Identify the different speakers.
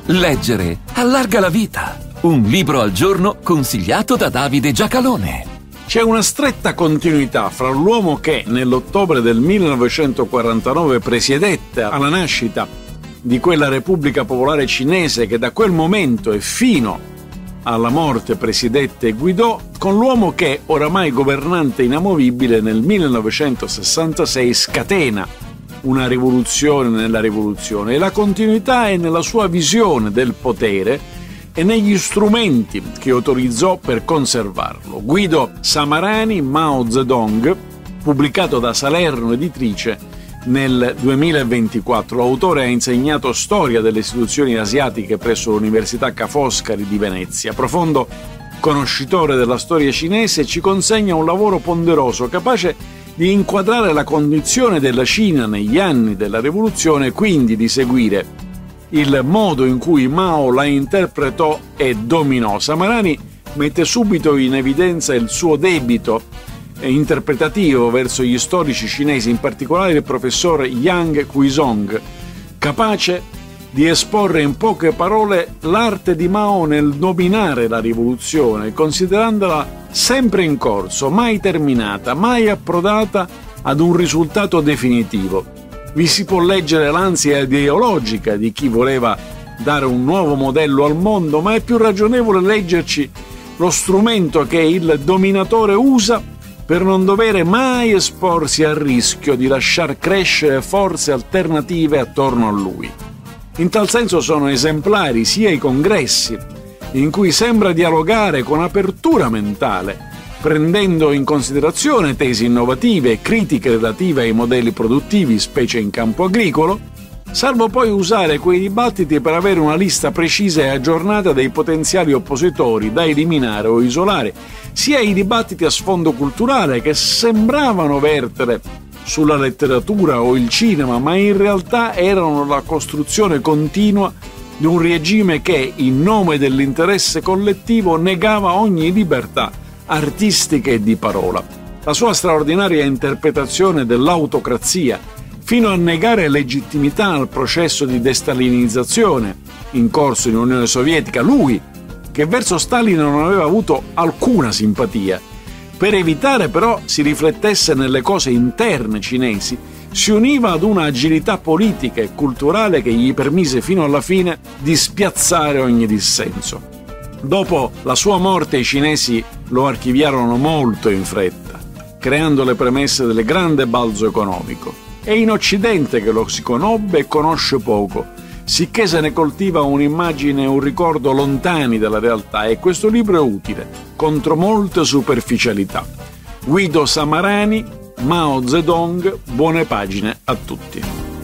Speaker 1: Leggere allarga la vita. Un libro al giorno consigliato da Davide Giacalone.
Speaker 2: C'è una stretta continuità fra l'uomo che nell'ottobre del 1949 presiedette alla nascita di quella Repubblica Popolare Cinese che da quel momento e fino alla morte presiedette e guidò, con l'uomo che, oramai governante inamovibile, nel 1966 scatena una rivoluzione nella rivoluzione, e la continuità è nella sua visione del potere e negli strumenti che autorizzò per conservarlo. Guido Samarani, Mao Zedong, pubblicato da Salerno Editrice nel 2024. L'autore ha insegnato storia delle istituzioni asiatiche presso l'Università Ca' Foscari di Venezia. Profondo conoscitore della storia cinese, ci consegna un lavoro ponderoso capace di inquadrare la condizione della Cina negli anni della rivoluzione e quindi di seguire il modo in cui Mao la interpretò e dominò. Samarani mette subito in evidenza il suo debito interpretativo verso gli storici cinesi, in particolare il professor Yang Guizhong, capace di esporre in poche parole l'arte di Mao nel dominare la rivoluzione, considerandola sempre in corso, mai terminata, mai approdata ad un risultato definitivo. Vi si può leggere l'ansia ideologica di chi voleva dare un nuovo modello al mondo, ma è più ragionevole leggerci lo strumento che il dominatore usa per non dovere mai esporsi al rischio di lasciar crescere forze alternative attorno a lui. In tal senso sono esemplari sia i congressi, in cui sembra dialogare con apertura mentale, prendendo in considerazione tesi innovative e critiche relative ai modelli produttivi, specie in campo agricolo, salvo poi usare quei dibattiti per avere una lista precisa e aggiornata dei potenziali oppositori da eliminare o isolare, sia i dibattiti a sfondo culturale che sembravano vertere sulla letteratura o il cinema, ma in realtà erano la costruzione continua di un regime che, in nome dell'interesse collettivo, negava ogni libertà artistica e di parola. La sua straordinaria interpretazione dell'autocrazia, fino a negare legittimità al processo di destalinizzazione in corso in Unione Sovietica, lui, che verso Stalin non aveva avuto alcuna simpatia, per evitare però si riflettesse nelle cose interne cinesi, si univa ad una agilità politica e culturale che gli permise fino alla fine di spiazzare ogni dissenso. Dopo la sua morte i cinesi lo archiviarono molto in fretta, creando le premesse del grande balzo economico. È in Occidente che lo si conobbe e conosce poco, sicché se ne coltiva un'immagine e un ricordo lontani dalla realtà, e questo libro è utile contro molte superficialità. Guido Samarani, Mao Zedong, buone pagine a tutti.